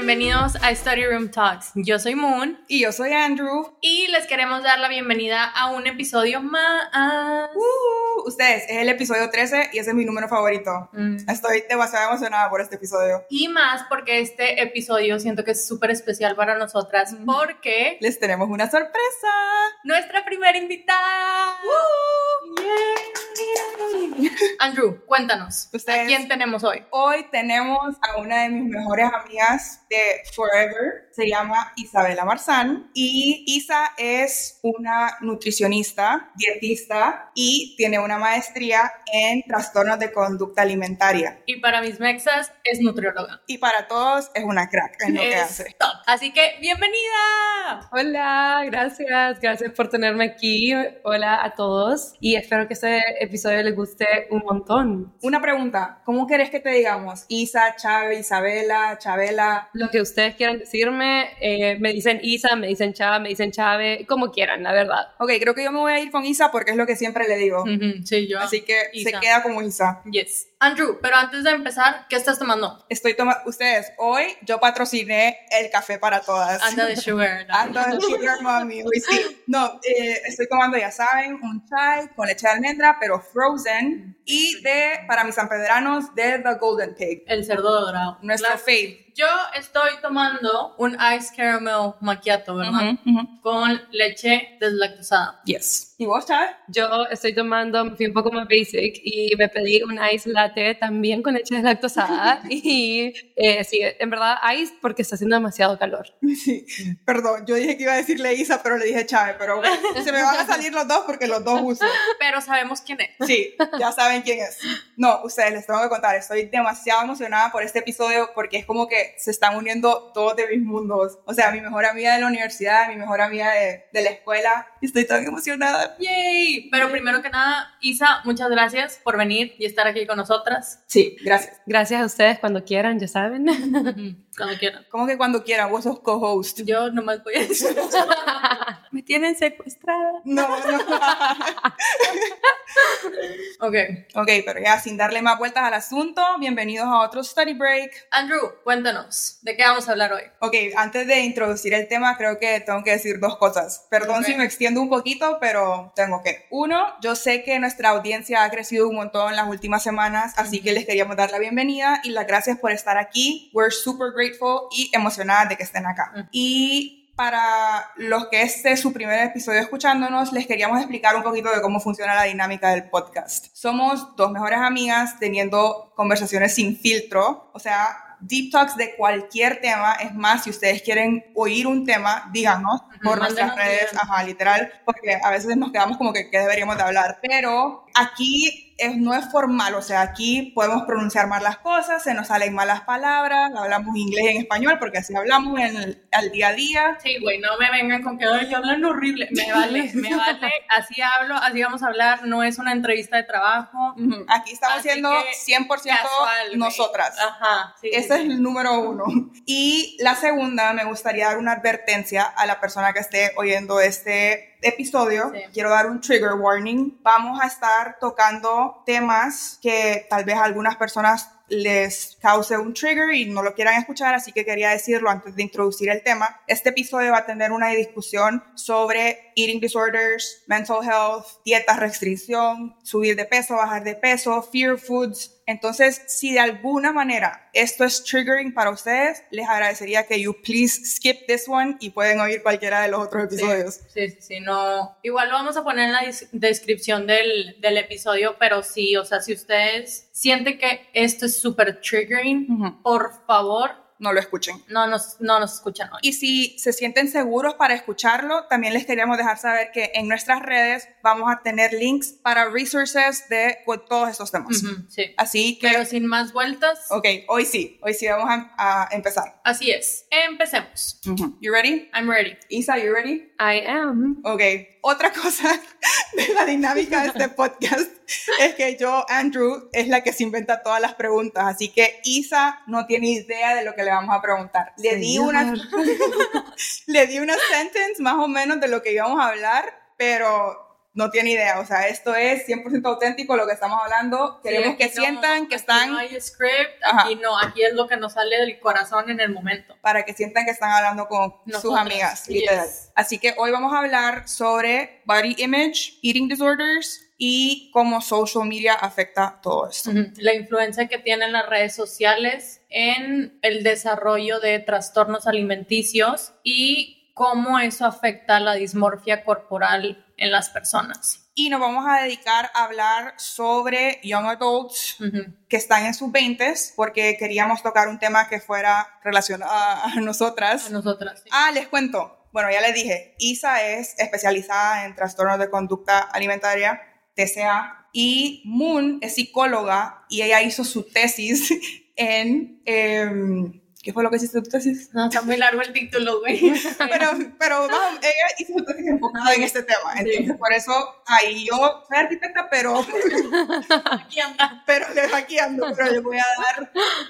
bienvenidos a Study Room Talks. Yo soy Moon. Y yo soy Andrew. Y les queremos dar la bienvenida a un episodio más. Ustedes, es el episodio 13 y ese es mi número favorito. Estoy demasiado emocionada por este episodio. Y más porque este episodio siento que es súper especial para nosotras porque les tenemos una sorpresa. Nuestra primera invitada. ¡Yay! Andrew, cuéntanos, Ustedes, ¿a quién tenemos hoy? Hoy tenemos a una de mis mejores amigas de Forever, se llama Isabela Marzán, y Isa es una nutricionista, dietista y tiene una maestría en trastornos de conducta alimentaria. Y para mis mexas es nutrióloga. Y para todos es una crack en lo que hace. Top. Así que, ¡bienvenida! Hola, gracias por tenerme aquí. Hola a todos y espero que este episodio les guste un montón. Una pregunta, ¿cómo querés que te digamos? Isa, Chave, Isabela, Chabela. Lo que ustedes quieran decirme, me dicen Isa, me dicen Chave, como quieran, la verdad. Ok, creo que yo me voy a ir con Isa porque es lo que siempre le digo. Sí, yo. Así que Isa. se queda como Isa. Yes. Andrew, pero antes de empezar, ¿qué estás tomando? Estoy tomando, ustedes, hoy yo patrociné el café para todas. Anda de sugar. Anda de sugar, mami. Hoy sí. No, estoy tomando, ya saben, un chai con leche de almendra, pero frozen. Y para mis sanpedranos, de The Golden Pig. El cerdo dorado. Nuestro fave. Yo estoy tomando un ice caramel macchiato, ¿verdad? Con leche deslactosada. Yes. ¿Y vos, Chave? Yo estoy tomando, me fui un poco más basic y me pedí un ice latte también con leche deslactosada y sí, en verdad ice porque está haciendo demasiado calor. Sí, perdón, yo dije que iba a decirle Isa, pero le dije Chave, pero bueno, se me van a salir los dos porque los dos uso. Pero sabemos quién es. Sí, ya saben quién es. No, ustedes, les tengo que contar, estoy demasiado emocionada por este episodio porque es como que se están uniendo todos de mis mundos. O sea, mi mejor amiga de la universidad, mi mejor amiga de la escuela. Y estoy tan emocionada. ¡Yay! Pero primero que nada, Isa, muchas gracias por venir y estar aquí con nosotras. Sí, gracias. Gracias a ustedes cuando quieran, ya saben. Cuando quieran. ¿Cómo que cuando quieran? Vos sos co-host. Yo nomás voy a decir. Me tienen secuestrada. No. Ok, pero ya sin darle más vueltas al asunto, bienvenidos a otro Study Break. Andrew, cuéntanos, ¿de qué vamos a hablar hoy? Ok, antes de introducir el tema, creo que tengo que decir dos cosas. Perdón si me extiendo un poquito, pero tengo que. Uno, yo sé que nuestra audiencia ha crecido un montón en las últimas semanas, así que les queríamos dar la bienvenida y las gracias por estar aquí. We're super grateful y emocionadas de que estén acá. Y para los que este es su primer episodio escuchándonos, les queríamos explicar un poquito de cómo funciona la dinámica del podcast. Somos dos mejores amigas teniendo conversaciones sin filtro, o sea, deep talks de cualquier tema. Es más, si ustedes quieren oír un tema, díganos por nuestras redes, literal, porque a veces nos quedamos como que ¿qué deberíamos de hablar? Pero aquí no es formal, o sea, aquí podemos pronunciar mal las cosas, se nos salen malas palabras, hablamos inglés en español, porque así hablamos al día a día. Sí, güey, no me vengan con que hablan horrible. Me vale, así hablo, así vamos a hablar, no es una entrevista de trabajo. Aquí estamos siendo 100% casual, nosotras. Ajá. Sí, ese es el número uno. Y la segunda, me gustaría dar una advertencia a la persona que esté oyendo este episodio. Sí. Quiero dar un trigger warning. Vamos a estar tocando temas que tal vez a algunas personas les cause un trigger y no lo quieran escuchar, así que quería decirlo antes de introducir el tema. Este episodio va a tener una discusión sobre eating disorders, mental health, dietas, restricción, subir de peso, bajar de peso, fear foods. Entonces, si de alguna manera esto es triggering para ustedes, les agradecería que you please skip this one y pueden oír cualquiera de los otros episodios. Sí, no. Igual lo vamos a poner en la descripción del episodio, pero sí, o sea, si ustedes sienten que esto es súper triggering, por favor, no lo escuchen. No nos escuchan hoy. Y si se sienten seguros para escucharlo, también les queríamos dejar saber que en nuestras redes vamos a tener links para resources de todos estos temas. Sí. Así que... Pero sin más vueltas. Ok, hoy sí vamos a empezar. Así es. Empecemos. You ready? I'm ready. Isa, you ready? I am. Ok. Otra cosa de la dinámica de este podcast es que yo, Andrew, es la que se inventa todas las preguntas, así que Isa no tiene idea de lo que le vamos a preguntar. Le di una sentence más o menos de lo que íbamos a hablar, pero no tiene idea. O sea, esto es 100% auténtico lo que estamos hablando. Queremos que sientan que están... No hay script, aquí es lo que nos sale del corazón en el momento. Para que sientan que están hablando con sus amigas, literal. Así que hoy vamos a hablar sobre body image, eating disorders y cómo social media afecta todo esto. La influencia que tienen las redes sociales en el desarrollo de trastornos alimenticios y cómo eso afecta la dismorfia corporal en las personas. Y nos vamos a dedicar a hablar sobre young adults que están en sus 20s, porque queríamos tocar un tema que fuera relacionado a nosotras. A nosotras, sí. Les cuento. Bueno, ya les dije, Isa es especializada en trastornos de conducta alimentaria, TCA, y Moon es psicóloga y ella hizo su tesis en... ¿Qué fue lo que hiciste tu tesis? No, está muy largo el título, güey. pero no, ella hizo su tesis enfocada en este tema. Entonces, por eso, ahí yo soy arquitecta, pero aquí ando. Pero les voy a dar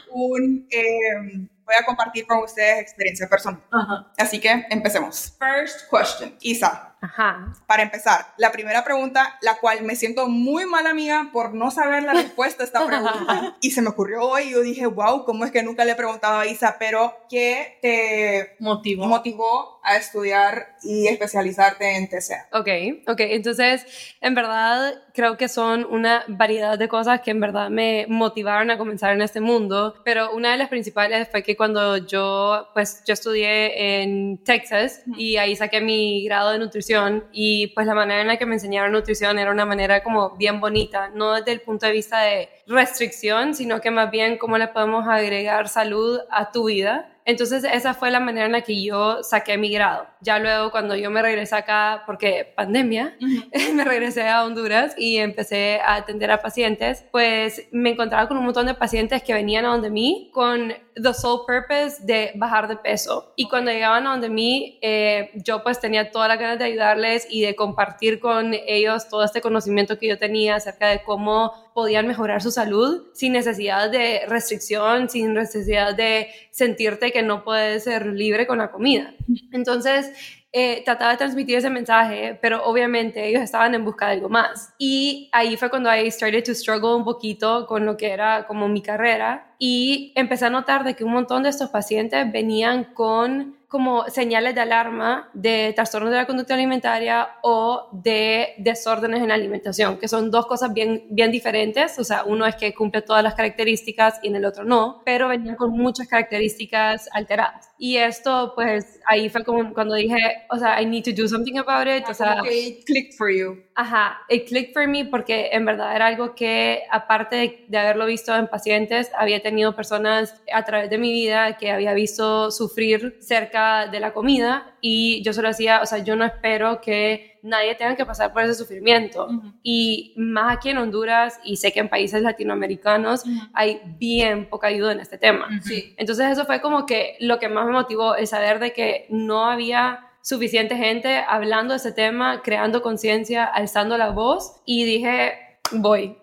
voy a compartir con ustedes experiencia personal. Así que empecemos. First question. Isa. Para empezar, la primera pregunta, la cual me siento muy mal amiga por no saber la respuesta a esta pregunta. Y se me ocurrió hoy y yo dije, wow, ¿cómo es que nunca le he preguntado a Isa? Pero, ¿qué te motivó a estudiar y especializarte en TCA? Ok, entonces, en verdad, creo que son una variedad de cosas que en verdad me motivaron a comenzar en este mundo, pero una de las principales fue que cuando yo estudié en Texas y ahí saqué mi grado de nutrición y pues la manera en la que me enseñaron nutrición era una manera como bien bonita, no desde el punto de vista de restricción, sino que más bien cómo le podemos agregar salud a tu vida. Entonces esa fue la manera en la que yo saqué mi grado. Ya luego cuando yo me regresé acá, porque pandemia, me regresé a Honduras y empecé a atender a pacientes, pues me encontraba con un montón de pacientes que venían a donde mí con the sole purpose de bajar de peso. Y cuando llegaban a donde mí, yo pues tenía todas las ganas de ayudarles y de compartir con ellos todo este conocimiento que yo tenía acerca de cómo podían mejorar su salud sin necesidad de restricción, sin necesidad de sentirte que no puedes ser libre con la comida. Entonces, trataba de transmitir ese mensaje, pero obviamente ellos estaban en busca de algo más. Y ahí fue cuando I started to struggle un poquito con lo que era como mi carrera y empecé a notar de que un montón de estos pacientes venían con como señales de alarma de trastornos de la conducta alimentaria o de desórdenes en la alimentación, que son dos cosas bien diferentes. O sea, uno es que cumple todas las características y en el otro no, pero venían con muchas características alteradas. Y esto, pues, ahí fue como cuando dije, o sea, I need to do something about it. O sea, it clicked for you. It clicked for me porque en verdad era algo que, aparte de haberlo visto en pacientes, había tenido personas a través de mi vida que había visto sufrir cerca de la comida y yo solo decía, o sea, yo no espero que nadie tenga que pasar por ese sufrimiento. Y más aquí en Honduras, y sé que en países latinoamericanos hay bien poca ayuda en este tema. Entonces eso fue como que lo que más me motivó, el saber de que no había suficiente gente hablando de ese tema, creando conciencia, alzando la voz, y dije, voy.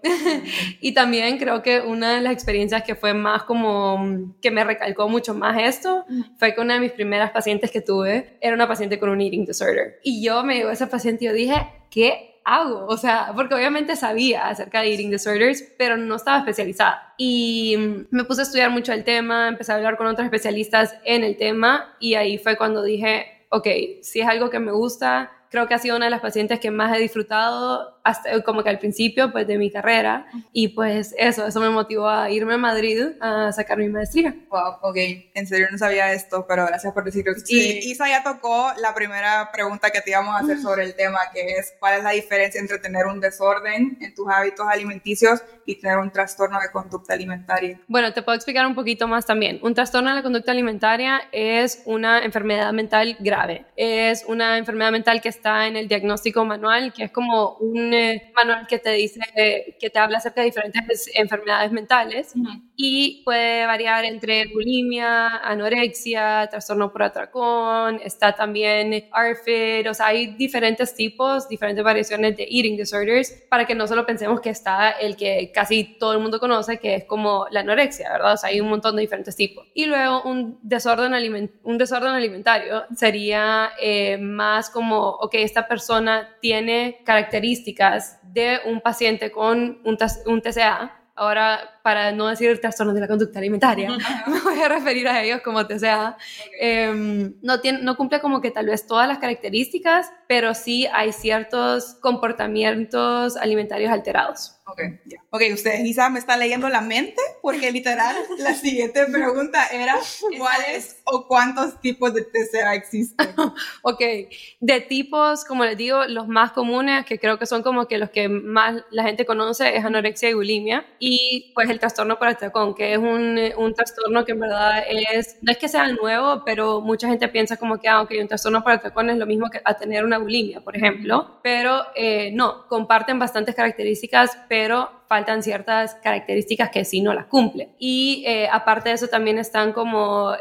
Y también creo que una de las experiencias que fue más como que me recalcó mucho más esto fue que una de mis primeras pacientes que tuve era una paciente con un eating disorder y yo me llegó esa paciente y yo dije, ¿qué hago? O sea, porque obviamente sabía acerca de eating disorders, pero no estaba especializada. Y me puse a estudiar mucho el tema, empecé a hablar con otros especialistas en el tema y ahí fue cuando dije, ok, si es algo que me gusta, creo que ha sido una de las pacientes que más he disfrutado hasta como que al principio pues de mi carrera y pues eso me motivó a irme a Madrid a sacar mi maestría. Wow, ok, en serio no sabía esto, pero gracias por decirlo. Sí. Y Isa ya tocó la primera pregunta que te íbamos a hacer sobre el tema, que es ¿cuál es la diferencia entre tener un desorden en tus hábitos alimenticios y tener un trastorno de conducta alimentaria? Bueno, te puedo explicar un poquito más también. Un trastorno de la conducta alimentaria es una enfermedad mental grave, es una enfermedad mental que está en el diagnóstico manual, que es como un manual que te dice, que te habla acerca de diferentes enfermedades mentales y puede variar entre bulimia, anorexia, trastorno por atracón, está también ARFID, o sea, hay diferentes tipos, diferentes variaciones de eating disorders para que no solo pensemos que está el que que casi todo el mundo conoce, que es como la anorexia, ¿verdad? O sea, hay un montón de diferentes tipos. Y luego un desorden alimentario sería más como, ok, esta persona tiene características de un paciente con un TCA. Ahora, para no decir trastornos de la conducta alimentaria, me voy a referir a ellos como TCA. Okay. No cumple como que tal vez todas las características, pero sí hay ciertos comportamientos alimentarios alterados. Ok, ustedes quizás me están leyendo la mente, porque literal la siguiente pregunta era ¿cuáles o cuántos tipos de TCA existen? Ok, de tipos, como les digo, los más comunes, que creo que son como que los que más la gente conoce, es anorexia y bulimia, y pues el trastorno por atracón, que es un trastorno que en verdad no es que sea nuevo, pero mucha gente piensa como que, un trastorno por atracón es lo mismo que a tener una bulimia, por ejemplo, pero no, comparten bastantes características, pero faltan ciertas características que sí no las cumplen. Y aparte de eso también están como,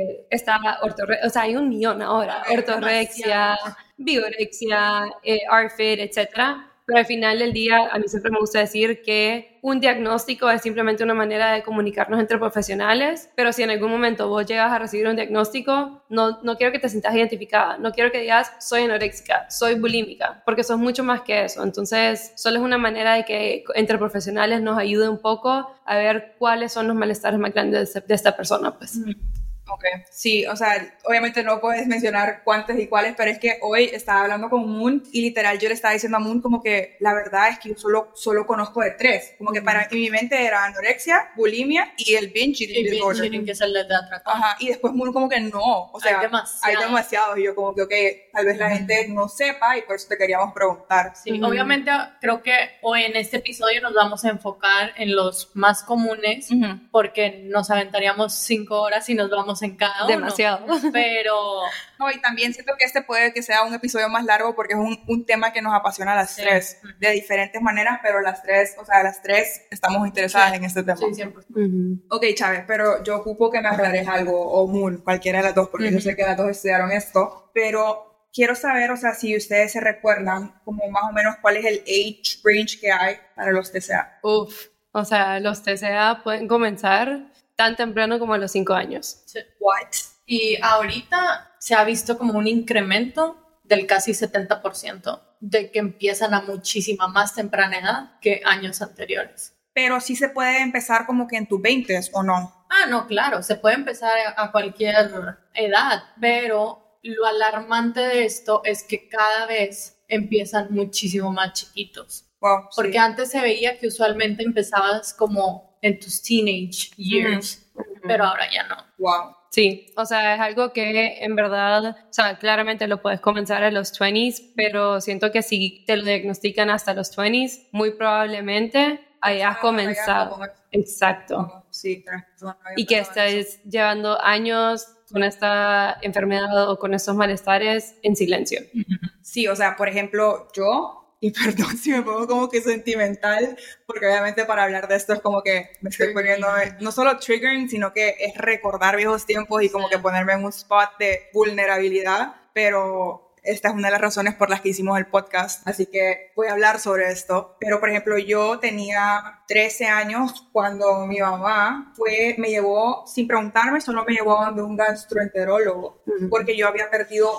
o sea, hay un millón ahora, ortorexia, vigorexia, ARFID, etcétera. Pero al final del día, a mí siempre me gusta decir que un diagnóstico es simplemente una manera de comunicarnos entre profesionales, pero si en algún momento vos llegas a recibir un diagnóstico, no quiero que te sientas identificada, no quiero que digas, soy anoréxica, soy bulímica, porque sos mucho más que eso. Entonces, solo es una manera de que entre profesionales nos ayude un poco a ver cuáles son los malestares más grandes de esta persona, pues. Ok, sí, o sea, obviamente no puedes mencionar cuántos y cuáles, pero es que hoy estaba hablando con Moon y literal yo le estaba diciendo a Moon como que la verdad es que yo solo conozco de 3, como que para mi mente era anorexia, bulimia y el binge eating disorder. Binge eating, que es el de atracón. Ajá, y después Moon como que no, o sea, hay demasiados y yo como que, ok, tal vez la gente no sepa y por eso te queríamos preguntar. Sí, obviamente creo que hoy en este episodio nos vamos a enfocar en los más comunes, porque nos aventaríamos 5 horas y nos vamos en cada uno. Demasiado. Pero... No, y también siento que este puede que sea un episodio más largo porque es un tema que nos apasiona a las tres, de diferentes maneras, pero las tres estamos interesadas en este tema. Sí, siempre. Ok, Chávez, pero yo ocupo que me aclares algo, o Moon, cualquiera de las dos, porque yo sé que las dos estudiaron esto, pero quiero saber, o sea, si ustedes se recuerdan como más o menos cuál es el age range que hay para los TCA. O sea, los TCA pueden comenzar tan temprano como a los 5 años. Sí. What? Y ahorita se ha visto como un incremento del casi 70% de que empiezan a muchísima más temprana edad que años anteriores. Pero sí se puede empezar como que en tus 20s, ¿o no? No, claro, se puede empezar a cualquier edad, pero lo alarmante de esto es que cada vez empiezan muchísimo más chiquitos. Wow, porque antes se veía que usualmente empezabas como en tus teenage years, pero ahora ya no. Wow. Sí, o sea, es algo que en verdad, o sea, claramente lo puedes comenzar a los 20s, pero siento que si te lo diagnostican hasta los 20s, muy probablemente hayas comenzado. Exacto. Sí, y que estés llevando años con esta enfermedad o con estos malestares en silencio. Sí, o sea, por ejemplo, yo... Y perdón si me pongo como que sentimental, porque obviamente para hablar de esto es como que me estoy poniendo, no solo triggering, sino que es recordar viejos tiempos y como que ponerme en un spot de vulnerabilidad, pero esta es una de las razones por las que hicimos el podcast, así que voy a hablar sobre esto. Pero, por ejemplo, yo tenía 13 años cuando mi mamá me llevó, sin preguntarme, solo me llevó a donde un gastroenterólogo, porque yo había perdido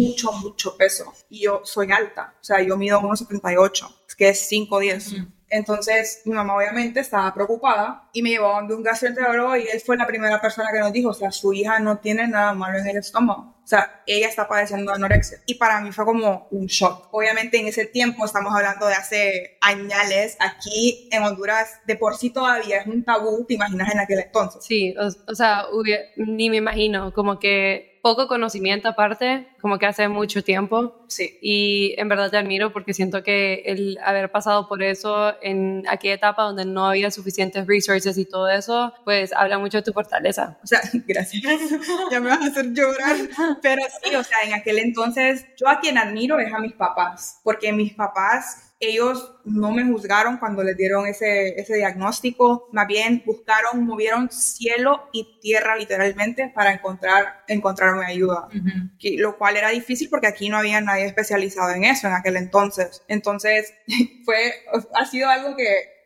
mucho peso y yo soy alta, o sea, yo mido 1,78, que es 5'10". Entonces, mi mamá obviamente estaba preocupada y me llevó a donde un gastroenterólogo y él fue la primera persona que nos dijo, o sea, su hija no tiene nada malo en el estómago. O sea, ella está padeciendo anorexia. Y para mí fue como un shock. Obviamente en ese tiempo, estamos hablando de hace años, aquí en Honduras de por sí todavía es un tabú, ¿te imaginas en aquel entonces? Sí, o sea, ni me imagino, como que poco conocimiento aparte, como que hace mucho tiempo. Sí. Y en verdad te admiro porque siento que el haber pasado por eso en aquella etapa donde no había suficientes resources y todo eso, pues habla mucho de tu fortaleza. O sea, gracias. Ya me vas a hacer llorar. Pero sí, o sea, en aquel entonces, yo a quien admiro es a mis papás, porque mis papás, ellos no me juzgaron cuando les dieron ese diagnóstico, más bien movieron cielo y tierra literalmente para encontrarme ayuda, lo cual era difícil porque aquí no había nadie especializado en eso en aquel entonces. Entonces, ha sido algo que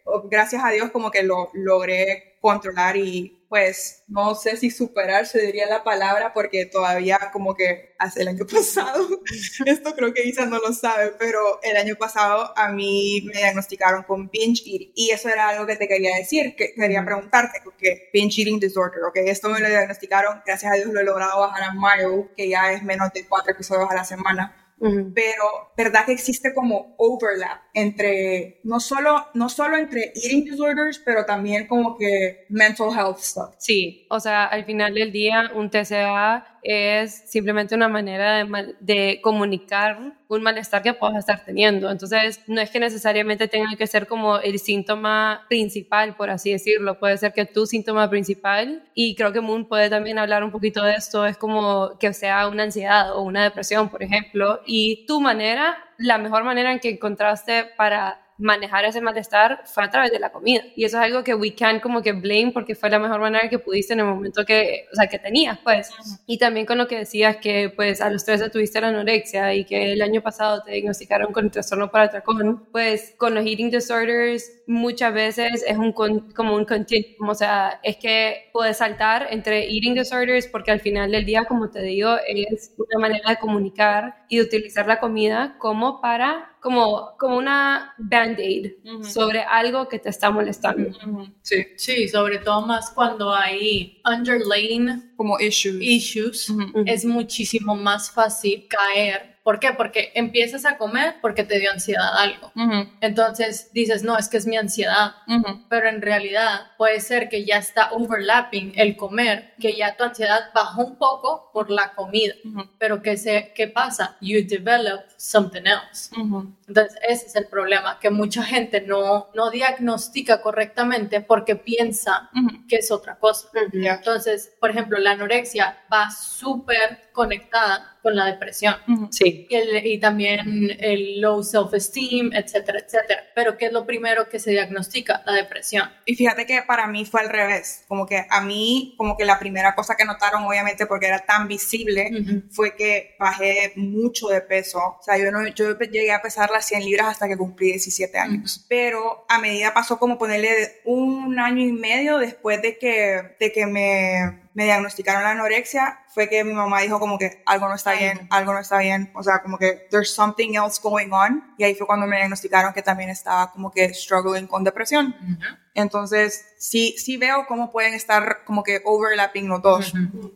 gracias a Dios como que lo logré controlar y pues no sé si superar se diría la palabra porque todavía como que hace el año pasado, esto creo que Isa no lo sabe, pero el año pasado a mí me diagnosticaron con binge eating y eso era algo que te quería decir, que quería preguntarte, porque binge eating disorder, ok, esto me lo diagnosticaron, gracias a Dios lo he logrado bajar a mild, que ya es menos de 4 episodios a la semana. Pero verdad que existe como overlap entre no solo entre eating disorders, pero también como que mental health stuff. Sí, o sea, al final del día un TCA es simplemente una manera de comunicar un malestar que puedas estar teniendo. Entonces, no es que necesariamente tenga que ser como el síntoma principal, por así decirlo. Puede ser que tu síntoma principal, y creo que Moon puede también hablar un poquito de esto, es como que sea una ansiedad o una depresión, por ejemplo, y tu manera, la mejor manera en que encontraste para manejar ese malestar fue a través de la comida, y eso es algo que we can como que blame porque fue la mejor manera que pudiste en el momento que, o sea, que tenías, pues. Y también con lo que decías que pues a los 13 tuviste la anorexia y que el año pasado te diagnosticaron con trastorno por atracón, pues con los eating disorders muchas veces es como un continuum, o sea, es que puedes saltar entre eating disorders porque al final del día, como te digo, es una manera de comunicar y de utilizar la comida como para como una band-aid sobre algo que te está molestando. Sí. Sí, sobre todo más cuando hay underlying como issues. Es muchísimo más fácil caer. ¿Por qué? Porque empiezas a comer porque te dio ansiedad algo. Entonces dices, no, es que es mi ansiedad. Pero en realidad puede ser que ya está overlapping el comer, que ya tu ansiedad bajó un poco por la comida. Pero ¿qué pasa? You develop something else. Entonces ese es el problema, que mucha gente no diagnostica correctamente porque piensa que es otra cosa. Entonces, por ejemplo, la anorexia va súper conectada con la depresión. Sí. Y también el low self-esteem, etcétera, etcétera. Pero ¿qué es lo primero que se diagnostica? La depresión. Y fíjate que para mí fue al revés. Como que a mí, como que la primera cosa que notaron, obviamente porque era tan visible, fue que bajé mucho de peso. O sea, yo llegué a pesar las 100 libras hasta que cumplí 17 años. Pero a medida pasó como ponerle 1 año y medio después de que me diagnosticaron la anorexia, fue que mi mamá dijo como que algo no está bien, o sea, como que there's something else going on, y ahí fue cuando me diagnosticaron que también estaba como que struggling con depresión. Entonces, sí veo cómo pueden estar como que overlapping los dos.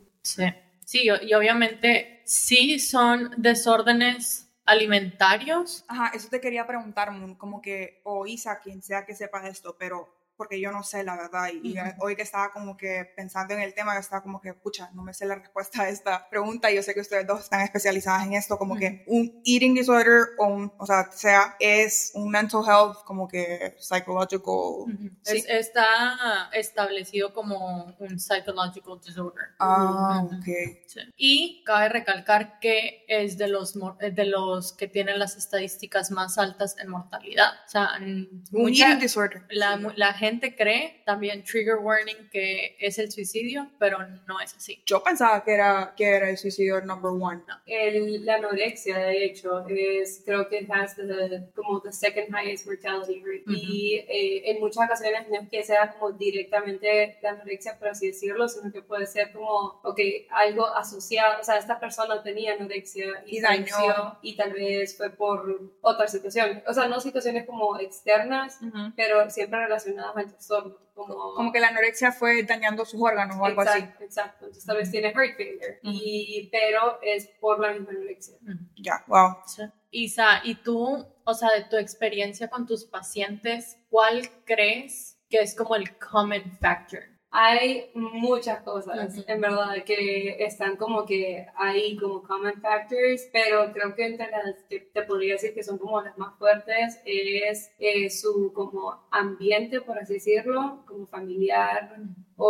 Sí, y obviamente sí son desórdenes alimentarios. Ajá, eso te quería preguntar, como que, o Isa, quien sea que sepa esto, pero porque yo no sé la verdad, y hoy que estaba como que pensando en el tema, yo estaba como que, pucha, no me sé la respuesta a esta pregunta, y yo sé que ustedes dos están especializadas en esto, como que un eating disorder, o sea, es un mental health, como que psychological. ¿Sí? Está establecido como un psychological disorder. Ok. Sí. Y cabe recalcar que es de los que tienen las estadísticas más altas en mortalidad. O sea, un eating disorder. La gente cree, también trigger warning, que es el suicidio, pero no es así. Yo pensaba que era el suicidio number one. No. La anorexia, de hecho, creo que has como the second highest mortality rate. Y en muchas ocasiones no es que sea como directamente la anorexia, por así decirlo, sino que puede ser como, algo asociado, o sea, esta persona tenía anorexia y dañó, y tal vez fue por otras situaciones, o sea, no situaciones como externas, pero siempre relacionadas al trastorno. Como que la anorexia fue dañando sus órganos o algo así. Exacto, entonces tal vez tiene heart failure, pero es por la misma anorexia. Ya, wow. Sí. Isa, ¿y tú, o sea, de tu experiencia con tus pacientes, cuál crees que es como el common factor? Hay muchas cosas, en verdad, que están como que ahí como common factors, pero creo que entre las que te podría decir que son como las más fuertes es su como ambiente, por así decirlo, como familiar,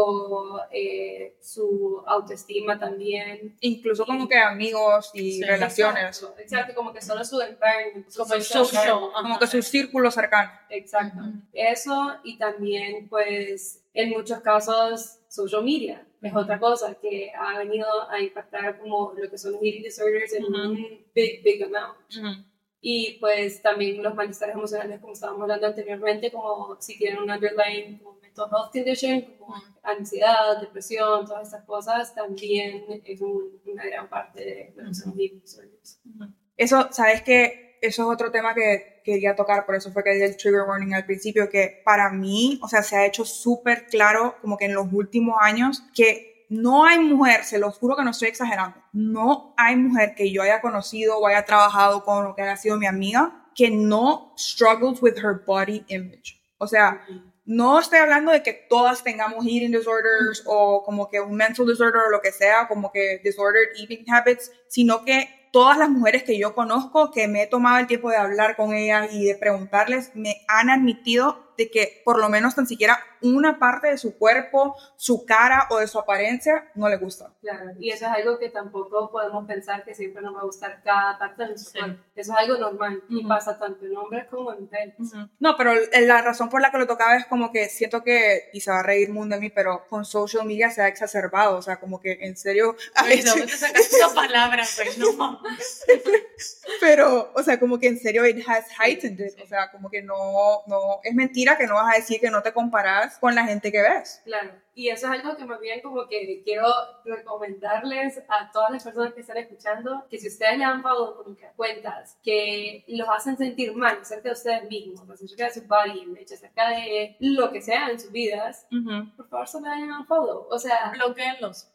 o su autoestima también. Incluso como que amigos y relaciones. Exacto, como que solo su environment, como el social, como que su círculo cercano. Exacto. Eso, y también pues en muchos casos social media es otra cosa que ha venido a impactar como lo que son los eating disorders en un big amount. Y pues también los malestares emocionales, como estábamos hablando anteriormente, como si tienen un underlying como mental health condition, como ansiedad, depresión, todas estas cosas, también es una gran parte de los disorders. Eso, ¿sabes qué? Eso es otro tema que quería tocar, por eso fue que di el trigger warning al principio, que para mí, o sea, se ha hecho súper claro como que en los últimos años que no hay mujer, se lo juro que no estoy exagerando, no hay mujer que yo haya conocido o haya trabajado con o que haya sido mi amiga que no struggles with her body image. O sea, no estoy hablando de que todas tengamos eating disorders o como que un mental disorder o lo que sea, como que disordered eating habits, sino que todas las mujeres que yo conozco, que me he tomado el tiempo de hablar con ellas y de preguntarles, me han admitido de que por lo menos tan siquiera una parte de su cuerpo, su cara o de su apariencia no le gusta. Claro, y eso es algo que tampoco podemos pensar que siempre nos va a gustar cada parte de nuestro cuerpo. Eso es algo normal y pasa tanto en hombres como en mujeres. No, pero la razón por la que lo tocaba es como que siento que, y se va a reír mundo de mí, pero con social media se ha exacerbado, o sea, como que en serio... Ay, no, te sacas esa palabra, pues, no. Pero, o sea, como que en serio it has heightened it, o sea, como que no, es mentira que no vas a decir que no te comparas con la gente que ves. Claro, y eso es algo que más bien como que quiero recomendarles a todas las personas que están escuchando, que si ustedes le han follow como que a cuentas que los hacen sentir mal acerca de ustedes mismos, acerca de su body image, acerca de lo que sea en sus vidas, por favor solo den un follow, o sea, bloqueenlos,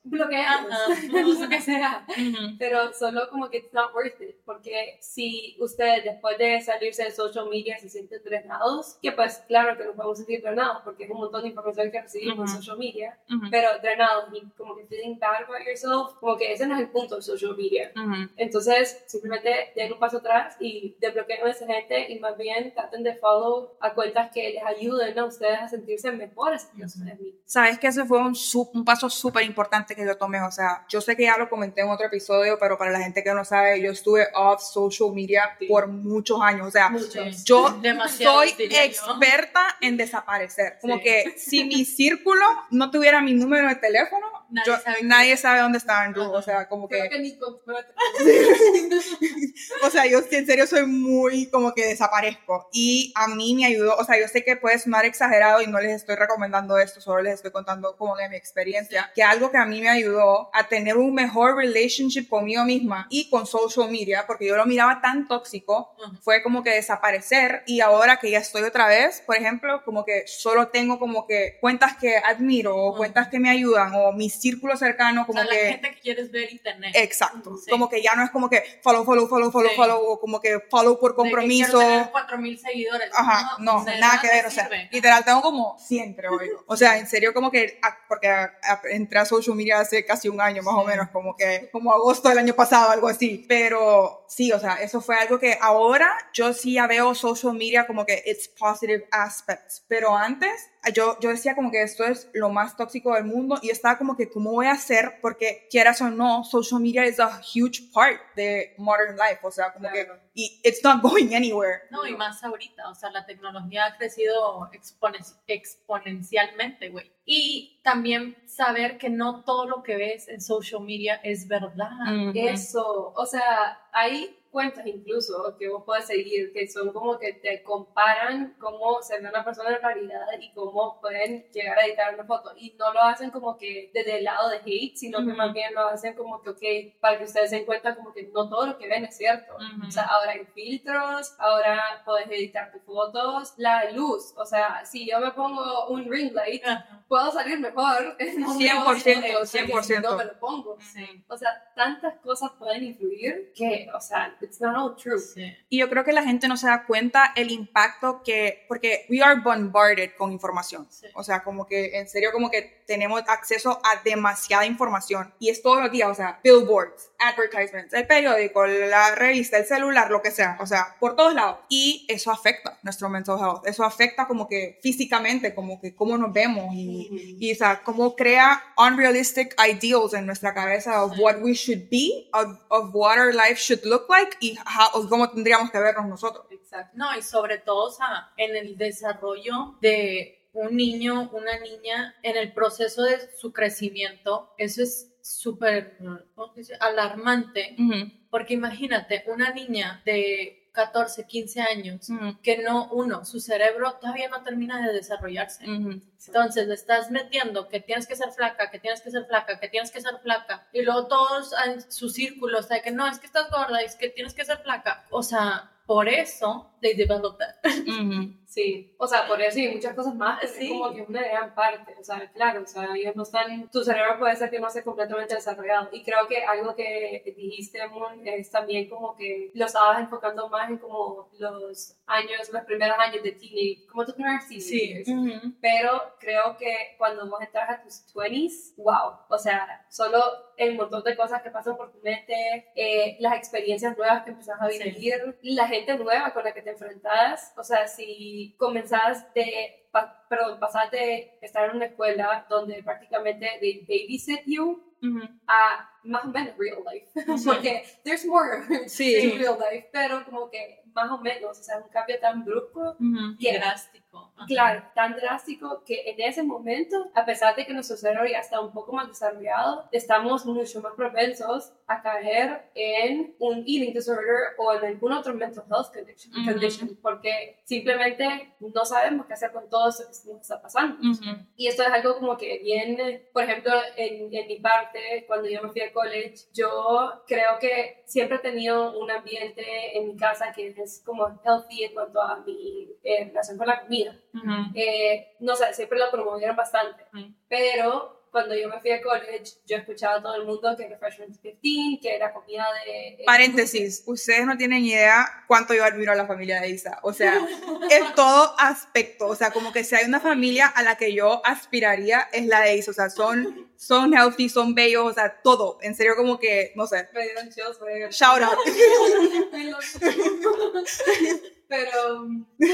lo que sea, pero solo como que it's not worth it, porque si ustedes después de salirse de social media se sienten drenados, que pues claro que nos podemos sentir drenados porque es un montón de información que recibimos en social media, pero drenados y como que feeling bad about yourself, como que ese no es el punto de social media. Entonces simplemente den un paso atrás y desbloqueen a esa gente y más bien traten de follow a cuentas que les ayuden a ustedes a sentirse mejores que ustedes mismos. Sabes que ese fue un paso súper importante que yo tomé, o sea, yo sé que ya lo comenté en otro episodio, pero para la gente que no sabe, yo estuve off social media por muchos años, o sea, yo soy experta en desaparecer, como que si mi círculo no tuviera mi número de teléfono, nadie sabe dónde está Andrew, o sea, como que ni o sea, yo en serio soy muy como que desaparezco y a mí me ayudó, o sea, yo sé que puede sonar exagerado y no les estoy recomendando esto, solo les estoy contando como de mi experiencia, que algo que a mí me ayudó a tener un mejor relationship conmigo misma y con social media, porque yo lo miraba tan tóxico, fue como que desaparecer y ahora que ya estoy otra vez, por ejemplo, como que solo tengo como que cuentas que admiro o cuentas que me ayudan o mi círculo cercano, como o sea, que... la gente que quieres ver y tener. Exacto, como que ya no es como que follow, o como que follow por compromiso. De que quiero tener 4,000 seguidores. Ajá, no, nada que ver, o sea, literal tengo como 100, creo yo. O sea, en serio como que, porque entré a social media hace casi un año más o menos, como agosto del año pasado, algo así. Pero sí, o sea, eso fue algo que ahora yo sí ya veo social media como que it's positive aspects, pero antes yo decía como que esto es lo más tóxico del mundo y estaba como que ¿cómo voy a hacer? Porque quieras o no, social media is a huge part de modern life, o sea, como que y it's not going anywhere. No, y más ahorita, o sea, la tecnología ha crecido exponencialmente, güey. Y también saber que no todo lo que ves en social media es verdad. Eso, o sea, hay cuentas incluso que vos puedes seguir que son como que te comparan cómo se ve una persona en realidad y cómo pueden llegar a editar una foto y no lo hacen como que desde el lado de hate, sino que más bien lo hacen como que ok, para que ustedes se den cuenta como que no todo lo que ven es cierto. O sea, ahora hay filtros, ahora puedes editar tus fotos, la luz, o sea, si yo me pongo un ring light puedo salir mejor 100%. Si no me lo pongo. O sea, tantas cosas pueden influir que, o sea, it's not all true. Y yo creo que la gente no se da cuenta el impacto que, porque we are bombarded con información. O sea, como que en serio como que tenemos acceso a demasiada información y es todos los días, o sea, billboards, advertisements, el periódico, la revista, el celular, lo que sea, o sea, por todos lados. Y eso afecta nuestro mental health, eso afecta como que físicamente, como que cómo nos vemos y o sea, cómo crea unrealistic ideals en nuestra cabeza of what we should be, of what our life should look like y cómo tendríamos que vernos nosotros. Exacto. No, y sobre todo, o sea, en el desarrollo de un niño, una niña, en el proceso de su crecimiento, eso es súper alarmante, porque imagínate, una niña de 14, 15 años, que su cerebro todavía no termina de desarrollarse. Entonces le estás metiendo que tienes que ser flaca, que tienes que ser flaca, que tienes que ser flaca, y luego todos en su círculo, o sea, que no, es que estás gorda, es que tienes que ser flaca. O sea, por eso they develop that. Sí, o sea, por eso y muchas cosas más, es como que una gran parte, o sea, claro, o sea, ellos no están, tu cerebro puede ser que no esté completamente desarrollado, y creo que algo que dijiste, Moon, es también como que lo estabas enfocando más en como los primeros años de teenage, como tus primeros teenagers, pero creo que cuando vos entras a tus 20s, wow, o sea, solo el montón de cosas que pasan por tu mente, las experiencias nuevas que empezás a vivir, la gente nueva con la que te enfrentas, o sea, si comenzás pasás de estar en una escuela donde prácticamente they babysit you a más o menos real life, porque there's more to real life, pero como que más o menos, o sea, un cambio tan brusco y drástico. Claro, tan drástico que en ese momento, a pesar de que nuestro cerebro ya está un poco más desarrollado, estamos mucho más propensos a caer en un eating disorder o en algún otro mental health condition porque simplemente no sabemos qué hacer con todo eso que nos está pasando. Y esto es algo como que viene, por ejemplo, en mi parte, cuando yo me fui a college, yo creo que siempre he tenido un ambiente en mi casa que es como healthy en cuanto a mi relación con la comida. No sé, siempre lo promovieron bastante, pero cuando yo me fui a college, yo escuchaba a todo el mundo que Freshman 15, que era comida de... Paréntesis, ustedes no tienen idea cuánto yo admiro a la familia de Isa, o sea, en todo aspecto, o sea, como que si hay una familia a la que yo aspiraría es la de Isa, o sea, son healthy, son bellos, o sea, todo, en serio como que, no sé. Me dieron chills, shout out. Pero,